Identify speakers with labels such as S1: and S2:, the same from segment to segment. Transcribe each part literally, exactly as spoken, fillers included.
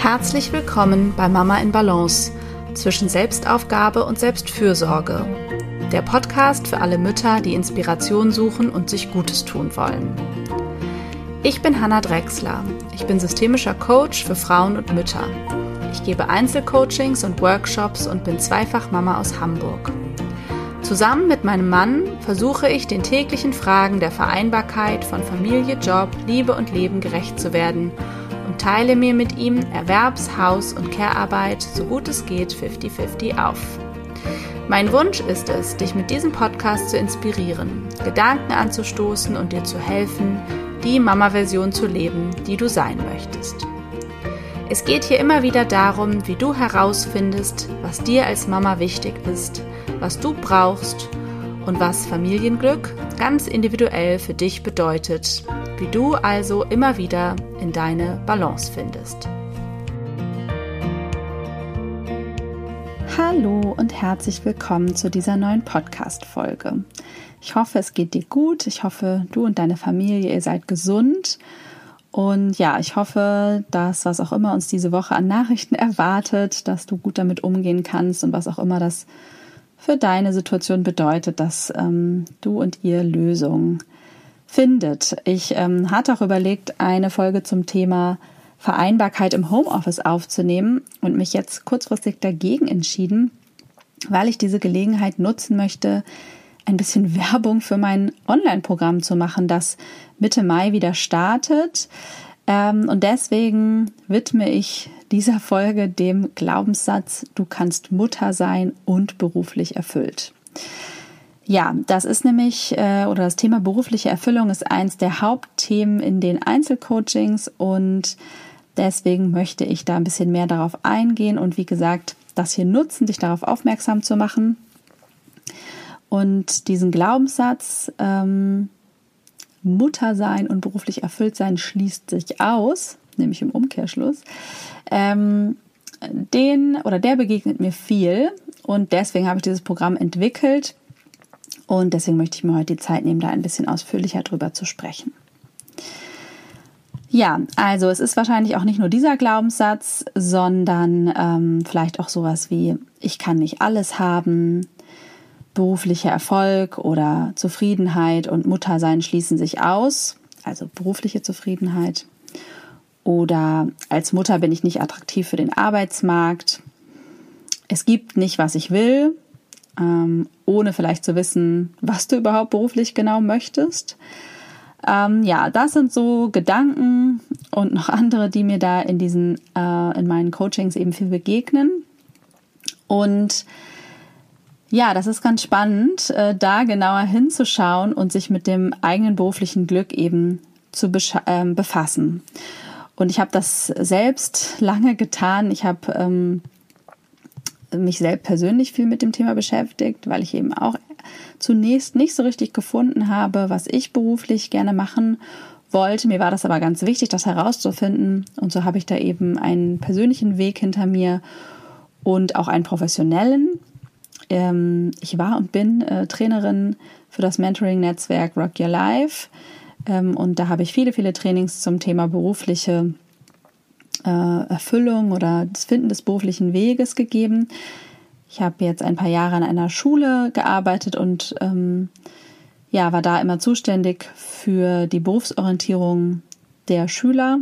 S1: Herzlich willkommen bei Mama in Balance zwischen Selbstaufgabe und Selbstfürsorge. Der Podcast für alle Mütter, die Inspiration suchen und sich Gutes tun wollen. Ich bin Hannah Drechsler. Ich bin systemischer Coach für Frauen und Mütter. Ich gebe Einzelcoachings und Workshops und bin zweifach Mama aus Hamburg. Zusammen mit meinem Mann versuche ich, den täglichen Fragen der Vereinbarkeit von Familie, Job, Liebe und Leben gerecht zu werden und teile mir mit ihm Erwerbs-, Haus- und Care-Arbeit, so gut es geht, fifty fifty auf. Mein Wunsch ist es, dich mit diesem Podcast zu inspirieren, Gedanken anzustoßen und dir zu helfen, die Mama-Version zu leben, die du sein möchtest. Es geht hier immer wieder darum, wie du herausfindest, was dir als Mama wichtig ist, was du brauchst und was Familienglück ganz individuell für dich bedeutet, wie du also immer wieder in deine Balance findest. Hallo und herzlich willkommen zu dieser neuen Podcast-Folge. Ich hoffe, es geht dir gut. Ich hoffe, du und deine Familie, ihr seid gesund. Und ja, ich hoffe, dass was auch immer uns diese Woche an Nachrichten erwartet, dass du gut damit umgehen kannst und was auch immer das für deine Situation bedeutet, dass ähm, du und ihr Lösungen findet. Ich ähm, hatte auch überlegt, eine Folge zum Thema Vereinbarkeit im Homeoffice aufzunehmen und mich jetzt kurzfristig dagegen entschieden, weil ich diese Gelegenheit nutzen möchte, ein bisschen Werbung für mein Online-Programm zu machen, das Mitte Mai wieder startet. Ähm, und deswegen widme ich dieser Folge dem Glaubenssatz, du kannst Mutter sein und beruflich erfüllt. Ja, das ist nämlich, äh, oder das Thema berufliche Erfüllung ist eins der Hauptthemen in den Einzelcoachings und deswegen möchte ich da ein bisschen mehr darauf eingehen und wie gesagt, das hier nutzen, dich darauf aufmerksam zu machen. Und diesen Glaubenssatz, ähm, Mutter sein und beruflich erfüllt sein, schließt sich aus, nämlich im Umkehrschluss. Ähm, den oder der begegnet mir viel und deswegen habe ich dieses Programm entwickelt und deswegen möchte ich mir heute die Zeit nehmen, da ein bisschen ausführlicher drüber zu sprechen. Ja, also es ist wahrscheinlich auch nicht nur dieser Glaubenssatz, sondern ähm, vielleicht auch sowas wie, ich kann nicht alles haben, beruflicher Erfolg oder Zufriedenheit und Muttersein schließen sich aus, also berufliche Zufriedenheit. Oder als Mutter bin ich nicht attraktiv für den Arbeitsmarkt. Es gibt nicht, was ich will, ähm, ohne vielleicht zu wissen, was du überhaupt beruflich genau möchtest. Ähm, ja, das sind so Gedanken und noch andere, die mir da in diesen, äh, in meinen Coachings eben viel begegnen. Und ja, das ist ganz spannend, äh, da genauer hinzuschauen und sich mit dem eigenen beruflichen Glück eben zu bescha- äh, befassen. Und ich habe das selbst lange getan. Ich habe ähm, mich selbst persönlich viel mit dem Thema beschäftigt, weil ich eben auch zunächst nicht so richtig gefunden habe, was ich beruflich gerne machen wollte. Mir war das aber ganz wichtig, das herauszufinden. Und so habe ich da eben einen persönlichen Weg hinter mir und auch einen professionellen. Ähm, ich war und bin äh, Trainerin für das Mentoring-Netzwerk Rock Your Life. Ähm, und da habe ich viele, viele Trainings zum Thema berufliche äh, Erfüllung oder das Finden des beruflichen Weges gegeben. Ich habe jetzt ein paar Jahre an einer Schule gearbeitet und ähm, ja, war da immer zuständig für die Berufsorientierung der Schüler.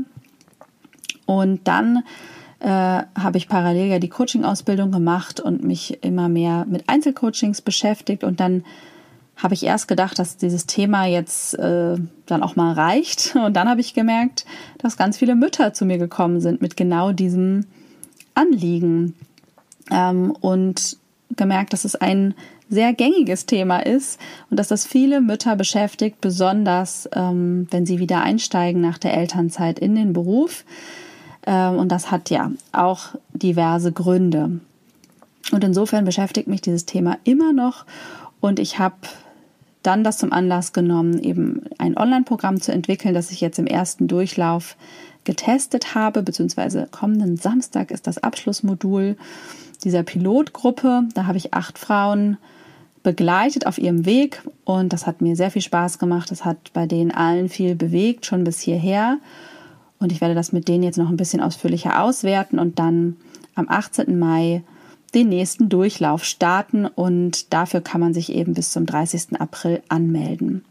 S1: Und dann äh, habe ich parallel ja die Coaching-Ausbildung gemacht und mich immer mehr mit Einzelcoachings beschäftigt. Und dann habe ich erst gedacht, dass dieses Thema jetzt äh, dann auch mal reicht. Und dann habe ich gemerkt, dass ganz viele Mütter zu mir gekommen sind mit genau diesem Anliegen. Ähm, und gemerkt, dass es ein sehr gängiges Thema ist und dass das viele Mütter beschäftigt, besonders ähm, wenn sie wieder einsteigen nach der Elternzeit in den Beruf. Ähm, und das hat ja auch diverse Gründe. Und insofern beschäftigt mich dieses Thema immer noch und ich habe dann das zum Anlass genommen, eben ein Online-Programm zu entwickeln, das ich jetzt im ersten Durchlauf getestet habe, beziehungsweise kommenden Samstag ist das Abschlussmodul dieser Pilotgruppe. Da habe ich acht Frauen begleitet auf ihrem Weg und das hat mir sehr viel Spaß gemacht. Das hat bei denen allen viel bewegt, schon bis hierher. Und ich werde das mit denen jetzt noch ein bisschen ausführlicher auswerten und dann am achtzehnten Mai den nächsten Durchlauf starten. Und dafür kann man sich eben bis zum dreißigsten April anmelden.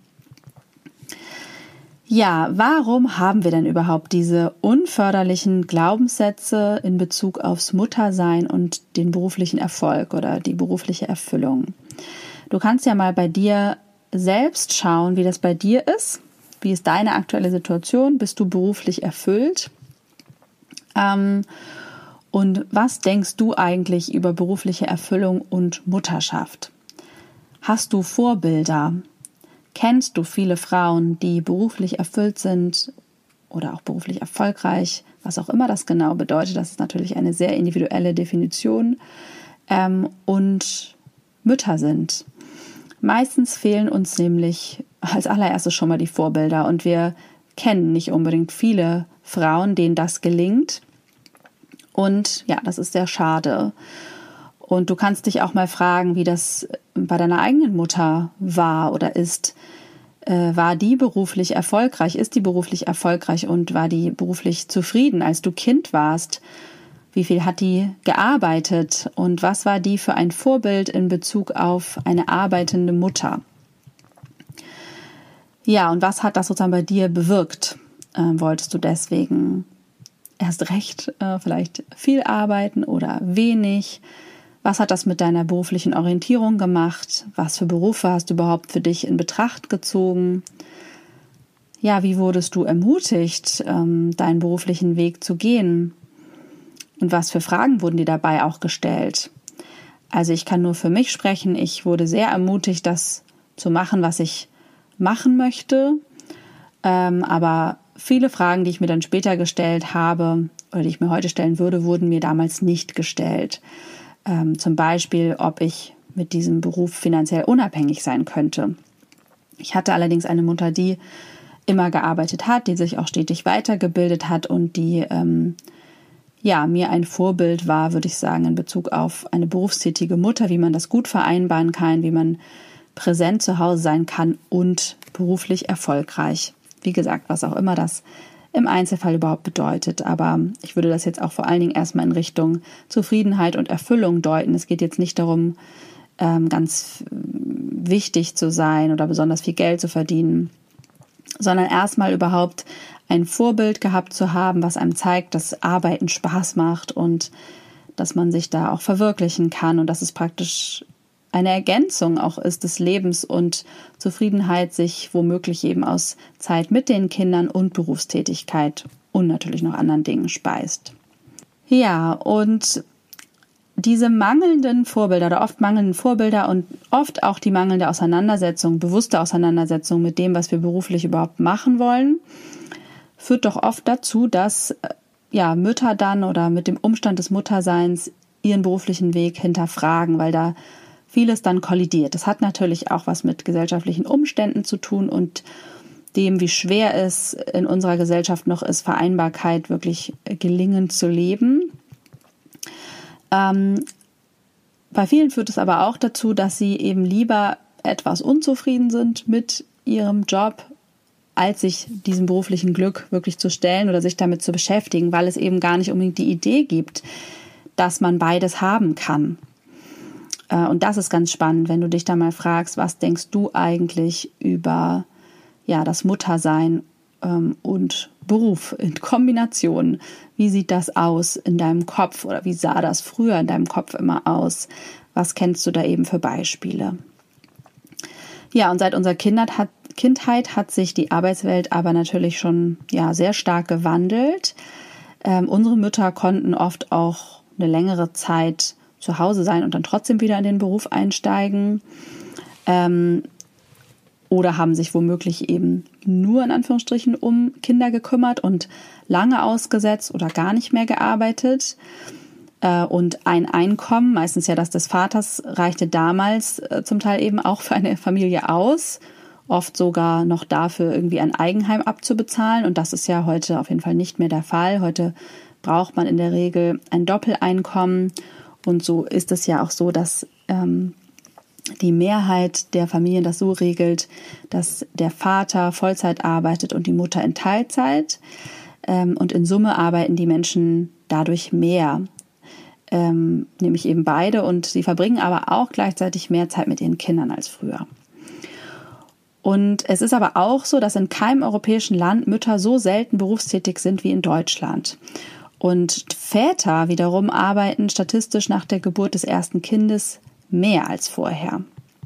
S1: Ja, warum haben wir denn überhaupt diese unförderlichen Glaubenssätze in Bezug aufs Muttersein und den beruflichen Erfolg oder die berufliche Erfüllung? Du kannst ja mal bei dir selbst schauen, wie das bei dir ist. Wie ist deine aktuelle Situation? Bist du beruflich erfüllt? Ähm, und was denkst du eigentlich über berufliche Erfüllung und Mutterschaft? Hast du Vorbilder? Kennst du viele Frauen, die beruflich erfüllt sind oder auch beruflich erfolgreich, was auch immer das genau bedeutet? Das ist natürlich eine sehr individuelle Definition, ähm, und Mütter sind. Meistens fehlen uns nämlich als allererstes schon mal die Vorbilder und wir kennen nicht unbedingt viele Frauen, denen das gelingt. Und ja, das ist sehr schade. Und du kannst dich auch mal fragen, wie das bei deiner eigenen Mutter war oder ist. Äh, war die beruflich erfolgreich? Ist die beruflich erfolgreich und war die beruflich zufrieden, als du Kind warst? Wie viel hat die gearbeitet und was war die für ein Vorbild in Bezug auf eine arbeitende Mutter? Ja, und was hat das sozusagen bei dir bewirkt? Ähm, wolltest du deswegen erst recht äh, vielleicht viel arbeiten oder wenig? Was hat das mit deiner beruflichen Orientierung gemacht? Was für Berufe hast du überhaupt für dich in Betracht gezogen? Ja, wie wurdest du ermutigt, ähm, deinen beruflichen Weg zu gehen? Und was für Fragen wurden dir dabei auch gestellt? Also ich kann nur für mich sprechen. Ich wurde sehr ermutigt, das zu machen, was ich machen möchte. Ähm, aber viele Fragen, die ich mir dann später gestellt habe oder die ich mir heute stellen würde, wurden mir damals nicht gestellt. Ähm, zum Beispiel, ob ich mit diesem Beruf finanziell unabhängig sein könnte. Ich hatte allerdings eine Mutter, die immer gearbeitet hat, die sich auch stetig weitergebildet hat und die ähm, ja, mir ein Vorbild war, würde ich sagen, in Bezug auf eine berufstätige Mutter, wie man das gut vereinbaren kann, wie man präsent zu Hause sein kann und beruflich erfolgreich. Wie gesagt, was auch immer das im Einzelfall überhaupt bedeutet. Aber ich würde das jetzt auch vor allen Dingen erstmal in Richtung Zufriedenheit und Erfüllung deuten. Es geht jetzt nicht darum, ganz wichtig zu sein oder besonders viel Geld zu verdienen, sondern erstmal überhaupt ein Vorbild gehabt zu haben, was einem zeigt, dass Arbeiten Spaß macht und dass man sich da auch verwirklichen kann und dass es praktisch eine Ergänzung auch ist des Lebens und Zufriedenheit sich womöglich eben aus Zeit mit den Kindern und Berufstätigkeit und natürlich noch anderen Dingen speist. Ja, und diese mangelnden Vorbilder oder oft mangelnden Vorbilder und oft auch die mangelnde Auseinandersetzung, bewusste Auseinandersetzung mit dem, was wir beruflich überhaupt machen wollen, führt doch oft dazu, dass ja, Mütter dann oder mit dem Umstand des Mutterseins ihren beruflichen Weg hinterfragen, weil da vieles dann kollidiert. Das hat natürlich auch was mit gesellschaftlichen Umständen zu tun und dem, wie schwer es in unserer Gesellschaft noch ist, Vereinbarkeit wirklich gelingend zu leben. Ähm, bei vielen führt es aber auch dazu, dass sie eben lieber etwas unzufrieden sind mit ihrem Job, als sich diesem beruflichen Glück wirklich zu stellen oder sich damit zu beschäftigen, weil es eben gar nicht unbedingt die Idee gibt, dass man beides haben kann. Und das ist ganz spannend, wenn du dich da mal fragst, was denkst du eigentlich über ja, das Muttersein ähm, und Beruf in Kombination? Wie sieht das aus in deinem Kopf oder wie sah das früher in deinem Kopf immer aus? Was kennst du da eben für Beispiele? Ja, und seit unserer Kindheit hat, Kindheit hat sich die Arbeitswelt aber natürlich schon ja, sehr stark gewandelt. Ähm, unsere Mütter konnten oft auch eine längere Zeit zu Hause sein und dann trotzdem wieder in den Beruf einsteigen. Ähm, oder haben sich womöglich eben nur in Anführungsstrichen um Kinder gekümmert und lange ausgesetzt oder gar nicht mehr gearbeitet. Äh, und ein Einkommen, meistens ja das des Vaters, reichte damals äh, zum Teil eben auch für eine Familie aus. Oft sogar noch dafür, irgendwie ein Eigenheim abzubezahlen. Und das ist ja heute auf jeden Fall nicht mehr der Fall. Heute braucht man in der Regel ein Doppeleinkommen. Und so ist es ja auch so, dass ähm, die Mehrheit der Familien das so regelt, dass der Vater Vollzeit arbeitet und die Mutter in Teilzeit. ähm, und in Summe arbeiten die Menschen dadurch mehr, ähm, nämlich eben beide, und sie verbringen aber auch gleichzeitig mehr Zeit mit ihren Kindern als früher. Und es ist aber auch so, dass in keinem europäischen Land Mütter so selten berufstätig sind wie in Deutschland. Und Väter wiederum arbeiten statistisch nach der Geburt des ersten Kindes mehr als vorher.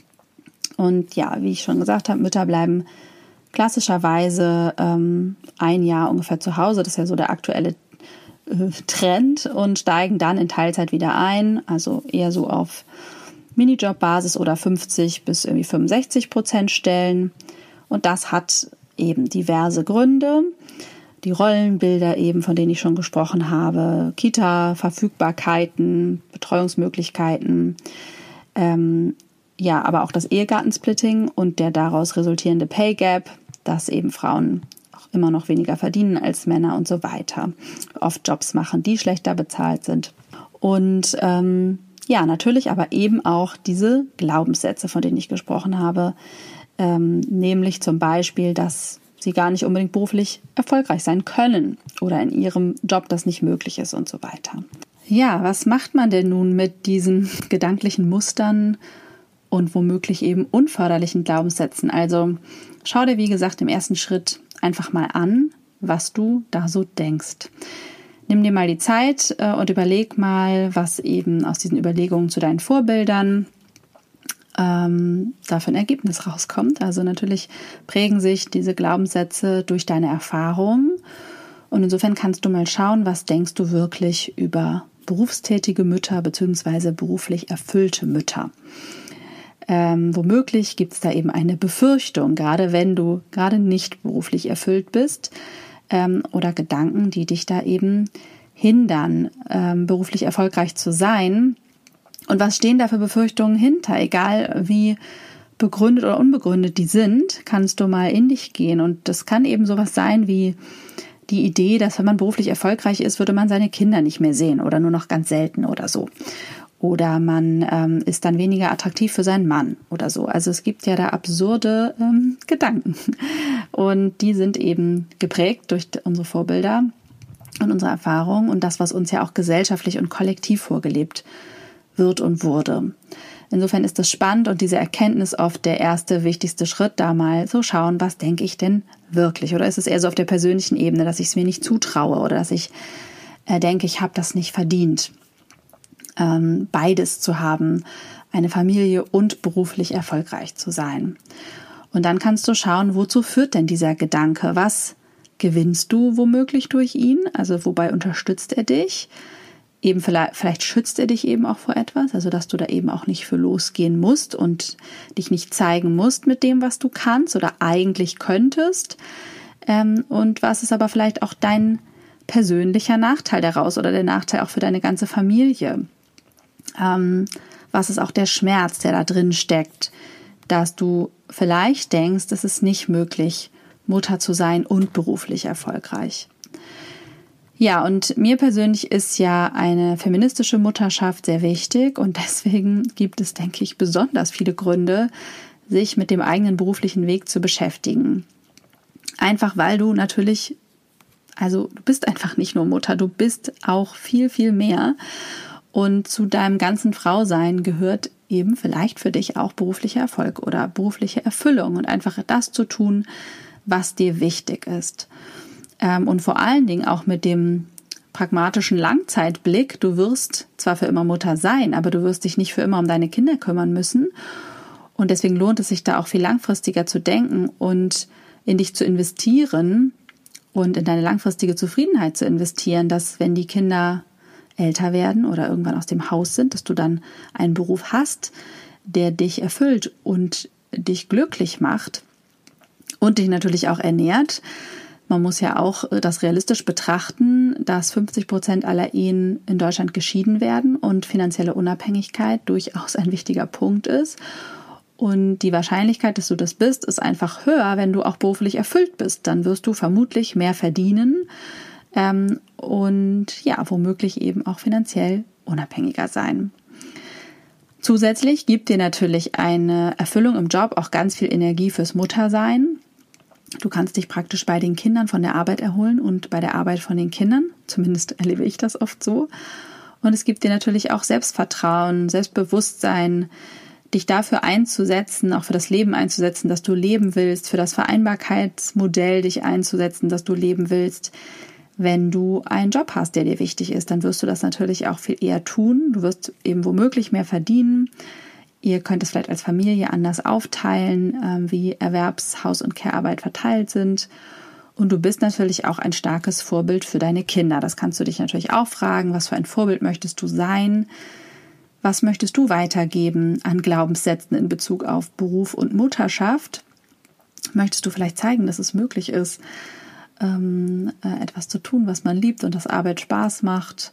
S1: Und ja, wie ich schon gesagt habe, Mütter bleiben klassischerweise ähm, ein Jahr ungefähr zu Hause. Das ist ja so der aktuelle äh, Trend, und steigen dann in Teilzeit wieder ein, also eher so auf Minijob-Basis oder fünfzig bis irgendwie fünfundsechzig Prozent Stellen. Und das hat eben diverse Gründe. Die Rollenbilder eben, von denen ich schon gesprochen habe, Kita-Verfügbarkeiten, Betreuungsmöglichkeiten, ähm, ja, aber auch das Ehegattensplitting und der daraus resultierende Pay Gap, dass eben Frauen auch immer noch weniger verdienen als Männer und so weiter. Oft Jobs machen, die schlechter bezahlt sind. Und ähm, ja, natürlich aber eben auch diese Glaubenssätze, von denen ich gesprochen habe, ähm, nämlich zum Beispiel, dass sie gar nicht unbedingt beruflich erfolgreich sein können oder in ihrem Job das nicht möglich ist und so weiter. Ja, was macht man denn nun mit diesen gedanklichen Mustern und womöglich eben unförderlichen Glaubenssätzen? Also schau dir, wie gesagt, im ersten Schritt einfach mal an, was du da so denkst. Nimm dir mal die Zeit äh, und überleg mal, was eben aus diesen Überlegungen zu deinen Vorbildern ähm, da für ein Ergebnis rauskommt. Also natürlich prägen sich diese Glaubenssätze durch deine Erfahrungen. Und insofern kannst du mal schauen, was denkst du wirklich über berufstätige Mütter bzw. beruflich erfüllte Mütter. Ähm, womöglich gibt es da eben eine Befürchtung, gerade wenn du gerade nicht beruflich erfüllt bist, ähm, oder Gedanken, die dich da eben hindern, ähm, beruflich erfolgreich zu sein. Und was stehen da für Befürchtungen hinter? Egal wie begründet oder unbegründet die sind, kannst du mal in dich gehen. Und das kann eben sowas sein wie die Idee, dass wenn man beruflich erfolgreich ist, würde man seine Kinder nicht mehr sehen oder nur noch ganz selten oder so. Oder man ähm, ist dann weniger attraktiv für seinen Mann oder so. Also es gibt ja da absurde ähm, Gedanken. Und die sind eben geprägt durch unsere Vorbilder und unsere Erfahrungen und das, was uns ja auch gesellschaftlich und kollektiv vorgelebt wird und wurde. Insofern ist das spannend und diese Erkenntnis oft der erste, wichtigste Schritt, da mal so schauen, was denke ich denn wirklich? Oder ist es eher so auf der persönlichen Ebene, dass ich es mir nicht zutraue oder dass ich äh, denke, ich habe das nicht verdient? Ähm, beides zu haben, eine Familie und beruflich erfolgreich zu sein. Und dann kannst du schauen, wozu führt denn dieser Gedanke? Was gewinnst du womöglich durch ihn? Also wobei unterstützt er dich? Eben vielleicht, vielleicht schützt er dich eben auch vor etwas, also dass du da eben auch nicht für losgehen musst und dich nicht zeigen musst mit dem, was du kannst oder eigentlich könntest. Ähm, und was ist aber vielleicht auch dein persönlicher Nachteil daraus oder der Nachteil auch für deine ganze Familie? Ähm, was ist auch der Schmerz, der da drin steckt, dass du vielleicht denkst, es ist nicht möglich, Mutter zu sein und beruflich erfolgreich. Ja, und mir persönlich ist ja eine feministische Mutterschaft sehr wichtig und deswegen gibt es, denke ich, besonders viele Gründe, sich mit dem eigenen beruflichen Weg zu beschäftigen. Einfach weil du natürlich, also du bist einfach nicht nur Mutter, du bist auch viel, viel mehr. Und zu deinem ganzen Frausein gehört eben vielleicht für dich auch beruflicher Erfolg oder berufliche Erfüllung und einfach das zu tun, was dir wichtig ist. Und vor allen Dingen auch mit dem pragmatischen Langzeitblick, du wirst zwar für immer Mutter sein, aber du wirst dich nicht für immer um deine Kinder kümmern müssen. Und deswegen lohnt es sich da auch viel langfristiger zu denken und in dich zu investieren und in deine langfristige Zufriedenheit zu investieren, dass wenn die Kinder älter werden oder irgendwann aus dem Haus sind, dass du dann einen Beruf hast, der dich erfüllt und dich glücklich macht und dich natürlich auch ernährt. Man muss ja auch das realistisch betrachten, dass fünfzig Prozent aller Ehen in Deutschland geschieden werden und finanzielle Unabhängigkeit durchaus ein wichtiger Punkt ist. Und die Wahrscheinlichkeit, dass du das bist, ist einfach höher, wenn du auch beruflich erfüllt bist. Dann wirst du vermutlich mehr verdienen ähm, und ja, womöglich eben auch finanziell unabhängiger sein. Zusätzlich gibt dir natürlich eine Erfüllung im Job auch ganz viel Energie fürs Muttersein. Du kannst dich praktisch bei den Kindern von der Arbeit erholen und bei der Arbeit von den Kindern. Zumindest erlebe ich das oft so. Und es gibt dir natürlich auch Selbstvertrauen, Selbstbewusstsein, dich dafür einzusetzen, auch für das Leben einzusetzen, das du leben willst, für das Vereinbarkeitsmodell dich einzusetzen, das du leben willst. Wenn du einen Job hast, der dir wichtig ist, dann wirst du das natürlich auch viel eher tun. Du wirst eben womöglich mehr verdienen. Ihr könnt es vielleicht als Familie anders aufteilen, äh, wie Erwerbs-, Haus- und Care-Arbeit verteilt sind. Und du bist natürlich auch ein starkes Vorbild für deine Kinder. Das kannst du dich natürlich auch fragen, was für ein Vorbild möchtest du sein? Was möchtest du weitergeben an Glaubenssätzen in Bezug auf Beruf und Mutterschaft? Möchtest du vielleicht zeigen, dass es möglich ist, ähm, äh, etwas zu tun, was man liebt und dass Arbeit Spaß macht?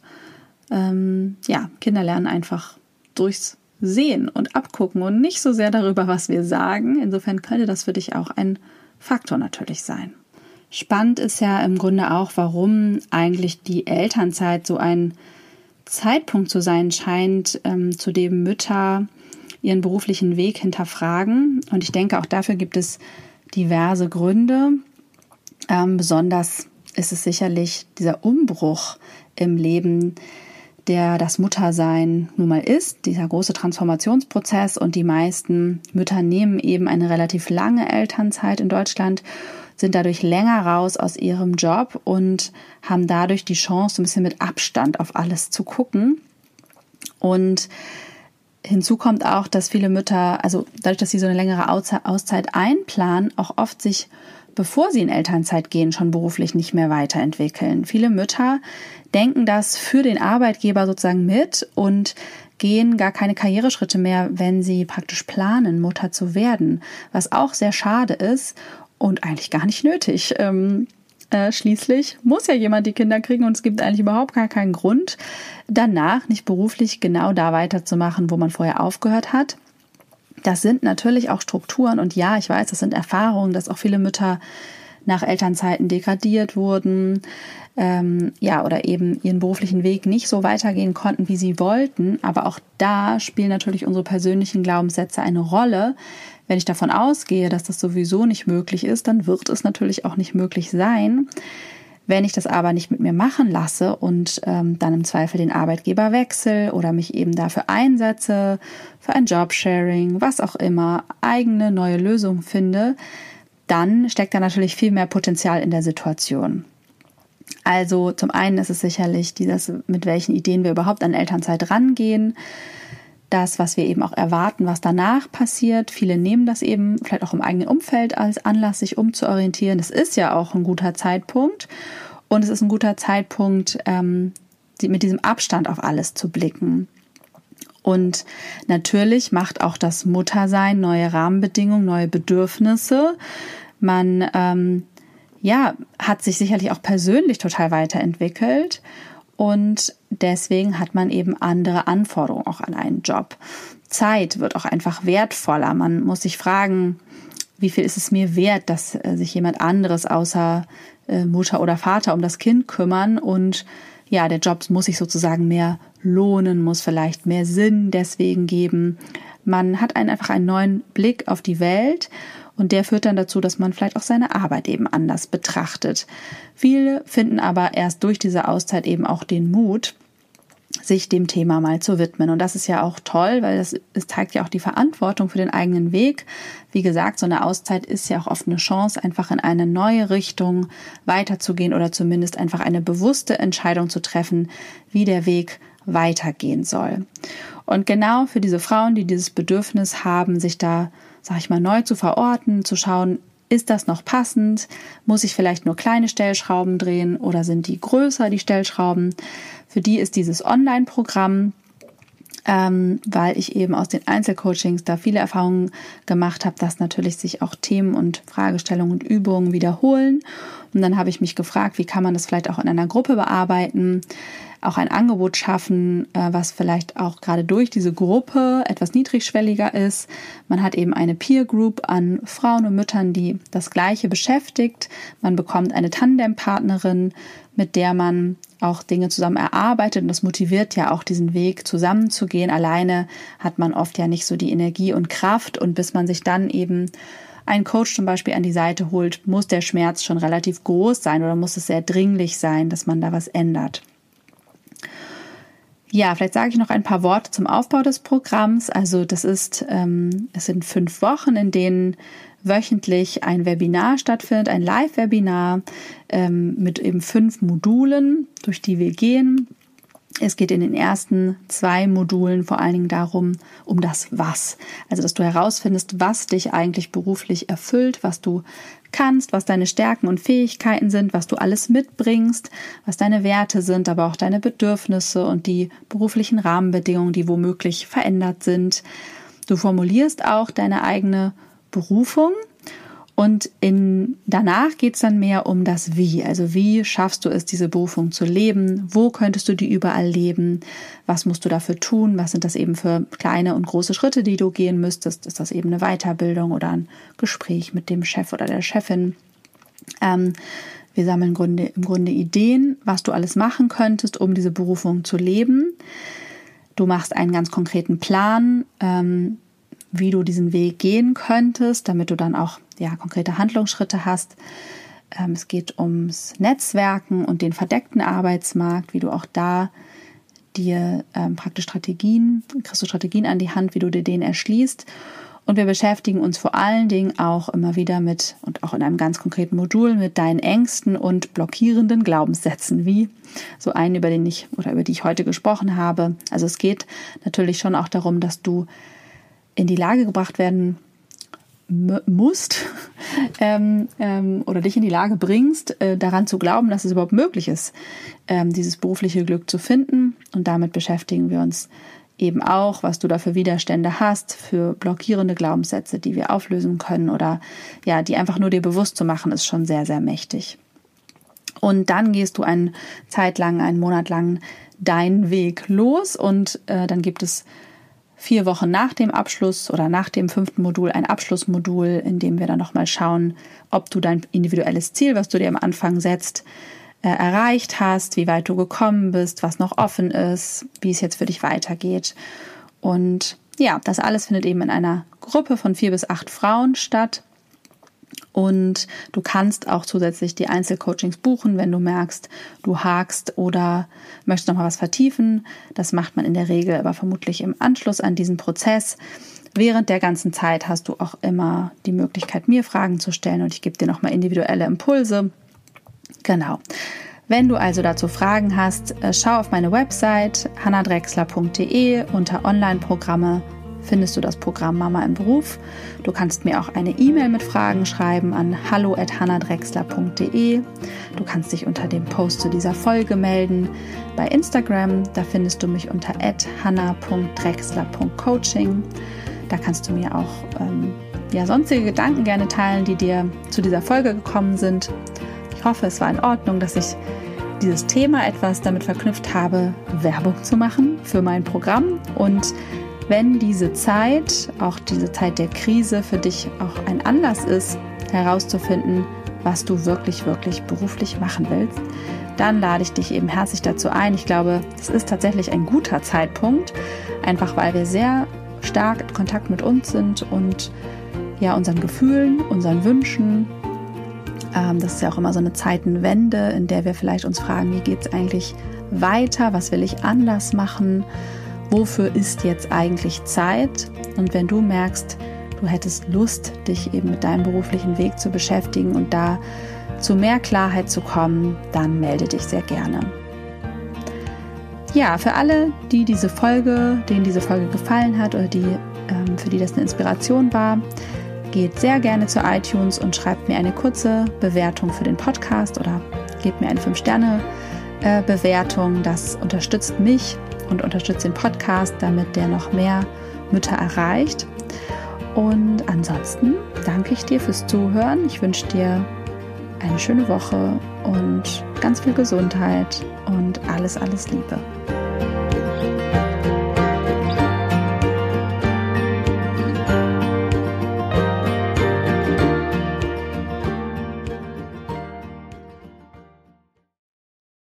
S1: Ähm, ja, Kinder lernen einfach durchs Sehen und Abgucken und nicht so sehr darüber, was wir sagen. Insofern könnte das für dich auch ein Faktor natürlich sein. Spannend ist ja im Grunde auch, warum eigentlich die Elternzeit so ein Zeitpunkt zu sein scheint, ähm, zu dem Mütter ihren beruflichen Weg hinterfragen. Und ich denke, auch dafür gibt es diverse Gründe. Ähm, besonders ist es sicherlich dieser Umbruch im Leben, der das Muttersein nun mal ist, dieser große Transformationsprozess. Und die meisten Mütter nehmen eben eine relativ lange Elternzeit in Deutschland, sind dadurch länger raus aus ihrem Job und haben dadurch die Chance, so ein bisschen mit Abstand auf alles zu gucken. Und hinzu kommt auch, dass viele Mütter, also dadurch, dass sie so eine längere Auszeit einplanen, auch oft sich, bevor sie in Elternzeit gehen, schon beruflich nicht mehr weiterentwickeln. Viele Mütter denken das für den Arbeitgeber sozusagen mit und gehen gar keine Karriereschritte mehr, wenn sie praktisch planen, Mutter zu werden, was auch sehr schade ist und eigentlich gar nicht nötig. Ähm, äh, schließlich muss ja jemand die Kinder kriegen und es gibt eigentlich überhaupt gar keinen Grund, danach nicht beruflich genau da weiterzumachen, wo man vorher aufgehört hat. Das sind natürlich auch Strukturen und ja, ich weiß, das sind Erfahrungen, dass auch viele Mütter nach Elternzeiten degradiert wurden, ähm, ja, oder eben ihren beruflichen Weg nicht so weitergehen konnten, wie sie wollten. Aber auch da spielen natürlich unsere persönlichen Glaubenssätze eine Rolle. Wenn ich davon ausgehe, dass das sowieso nicht möglich ist, dann wird es natürlich auch nicht möglich sein. Wenn ich das aber nicht mit mir machen lasse und ähm, dann im Zweifel den Arbeitgeber wechsle oder mich eben dafür einsetze, für ein Jobsharing, was auch immer, eigene neue Lösungen finde, dann steckt da natürlich viel mehr Potenzial in der Situation. Also zum einen ist es sicherlich dieses, mit welchen Ideen wir überhaupt an Elternzeit rangehen, das, was wir eben auch erwarten, was danach passiert. Viele nehmen das eben vielleicht auch im eigenen Umfeld als Anlass, sich umzuorientieren. Das ist ja auch ein guter Zeitpunkt und es ist ein guter Zeitpunkt, ähm, mit diesem Abstand auf alles zu blicken. Und natürlich macht auch das Muttersein neue Rahmenbedingungen, neue Bedürfnisse. Man ähm, ja, hat sich sicherlich auch persönlich total weiterentwickelt. Und deswegen hat man eben andere Anforderungen auch an einen Job. Zeit wird auch einfach wertvoller. Man muss sich fragen, wie viel ist es mir wert, dass äh, sich jemand anderes außer äh, Mutter oder Vater um das Kind kümmern. Und ja, der Job muss sich sozusagen mehr lohnen, muss vielleicht mehr Sinn deswegen geben. Man hat einen, einfach einen neuen Blick auf die Welt. Und der führt dann dazu, dass man vielleicht auch seine Arbeit eben anders betrachtet. Viele finden aber erst durch diese Auszeit eben auch den Mut, sich dem Thema mal zu widmen. Und das ist ja auch toll, weil das, es zeigt ja auch die Verantwortung für den eigenen Weg. Wie gesagt, so eine Auszeit ist ja auch oft eine Chance, einfach in eine neue Richtung weiterzugehen oder zumindest einfach eine bewusste Entscheidung zu treffen, wie der Weg weitergehen soll. Und genau für diese Frauen, die dieses Bedürfnis haben, sich da, sag ich mal, neu zu verorten, zu schauen, ist das noch passend? Muss ich vielleicht nur kleine Stellschrauben drehen oder sind die größer, die Stellschrauben? Für die ist dieses Online-Programm, ähm, weil ich eben aus den Einzelcoachings da viele Erfahrungen gemacht habe, dass natürlich sich auch Themen und Fragestellungen und Übungen wiederholen. Und dann habe ich mich gefragt, wie kann man das vielleicht auch in einer Gruppe bearbeiten? Auch ein Angebot schaffen, was vielleicht auch gerade durch diese Gruppe etwas niedrigschwelliger ist. Man hat eben eine Peer Group an Frauen und Müttern, die das Gleiche beschäftigt. Man bekommt eine Tandempartnerin, mit der man auch Dinge zusammen erarbeitet. Und das motiviert ja auch, diesen Weg zusammenzugehen. Alleine hat man oft ja nicht so die Energie und Kraft. Und bis man sich dann eben einen Coach zum Beispiel an die Seite holt, muss der Schmerz schon relativ groß sein oder muss es sehr dringlich sein, dass man da was ändert. Ja, vielleicht sage ich noch ein paar Worte zum Aufbau des Programms. Also das ist, ähm, es sind fünf Wochen, in denen wöchentlich ein Webinar stattfindet, ein Live-Webinar ähm, mit eben fünf Modulen, durch die wir gehen. Es geht in den ersten zwei Modulen vor allen Dingen darum, um das Was. Also, dass du herausfindest, was dich eigentlich beruflich erfüllt, was du kannst, was deine Stärken und Fähigkeiten sind, was du alles mitbringst, was deine Werte sind, aber auch deine Bedürfnisse und die beruflichen Rahmenbedingungen, die womöglich verändert sind. Du formulierst auch deine eigene Berufung. Und in, danach geht es dann mehr um das Wie. Also wie schaffst du es, diese Berufung zu leben? Wo könntest du die überall leben? Was musst du dafür tun? Was sind das eben für kleine und große Schritte, die du gehen müsstest? Ist das eben eine Weiterbildung oder ein Gespräch mit dem Chef oder der Chefin? Ähm, wir sammeln im Grunde, im Grunde Ideen, was du alles machen könntest, um diese Berufung zu leben. Du machst einen ganz konkreten Plan, ähm, wie du diesen Weg gehen könntest, damit du dann auch ja, konkrete Handlungsschritte hast. Ähm, es geht ums Netzwerken und den verdeckten Arbeitsmarkt, wie du auch da dir ähm, praktisch Strategien, kriegst du Strategien an die Hand, wie du dir den erschließt. Und wir beschäftigen uns vor allen Dingen auch immer wieder mit, und auch in einem ganz konkreten Modul, mit deinen Ängsten und blockierenden Glaubenssätzen, wie so einen, über den ich oder über die ich heute gesprochen habe. Also es geht natürlich schon auch darum, dass du in die Lage gebracht werden m- musst ähm, ähm, oder dich in die Lage bringst, äh, daran zu glauben, dass es überhaupt möglich ist, ähm, dieses berufliche Glück zu finden. Und damit beschäftigen wir uns eben auch, was du da für Widerstände hast, für blockierende Glaubenssätze, die wir auflösen können oder ja, die einfach nur dir bewusst zu machen, ist schon sehr, sehr mächtig. Und dann gehst du eine Zeit lang, einen Monat lang deinen Weg los und äh, dann gibt es vier Wochen nach dem Abschluss oder nach dem fünften Modul ein Abschlussmodul, in dem wir dann nochmal schauen, ob du dein individuelles Ziel, was du dir am Anfang setzt, äh, erreicht hast, wie weit du gekommen bist, was noch offen ist, wie es jetzt für dich weitergeht. Und ja, das alles findet eben in einer Gruppe von vier bis acht Frauen statt. Und du kannst auch zusätzlich die Einzelcoachings buchen, wenn du merkst, du hakst oder möchtest noch mal was vertiefen. Das macht man in der Regel aber vermutlich im Anschluss an diesen Prozess. Während der ganzen Zeit hast du auch immer die Möglichkeit, mir Fragen zu stellen und ich gebe dir noch mal individuelle Impulse. Genau. Wenn du also dazu Fragen hast, schau auf meine Website hanna drechsler punkt de. Unter Online-Programme findest du das Programm Mama im Beruf. Du kannst mir auch eine E-Mail mit Fragen schreiben an hallo at hanna drechsler punkt de. Du kannst dich unter dem Post zu dieser Folge melden. Bei Instagram, da findest du mich unter at hanna punkt drechsler punkt coaching. Da kannst du mir auch ähm, ja, sonstige Gedanken gerne teilen, die dir zu dieser Folge gekommen sind. Ich hoffe, es war in Ordnung, dass ich dieses Thema etwas damit verknüpft habe, Werbung zu machen für mein Programm. Und wenn diese Zeit, auch diese Zeit der Krise für dich auch ein Anlass ist, herauszufinden, was du wirklich, wirklich beruflich machen willst, dann lade ich dich eben herzlich dazu ein. Ich glaube, es ist tatsächlich ein guter Zeitpunkt, einfach weil wir sehr stark in Kontakt mit uns sind und ja, unseren Gefühlen, unseren Wünschen. Ähm, das ist ja auch immer so eine Zeitenwende, in der wir vielleicht uns fragen, wie geht es eigentlich weiter, was will ich anders machen? Wofür ist jetzt eigentlich Zeit? Und wenn du merkst, du hättest Lust, dich eben mit deinem beruflichen Weg zu beschäftigen und da zu mehr Klarheit zu kommen, dann melde dich sehr gerne. Ja, für alle, die diese Folge, denen diese Folge gefallen hat oder die, ähm, für die das eine Inspiration war, geht sehr gerne zu iTunes und schreibt mir eine kurze Bewertung für den Podcast oder gebt mir eine fünf Sterne Bewertung. Das unterstützt mich und unterstützt den Podcast, damit der noch mehr Mütter erreicht. Und ansonsten danke ich dir fürs Zuhören. Ich wünsche dir eine schöne Woche und ganz viel Gesundheit und alles, alles Liebe.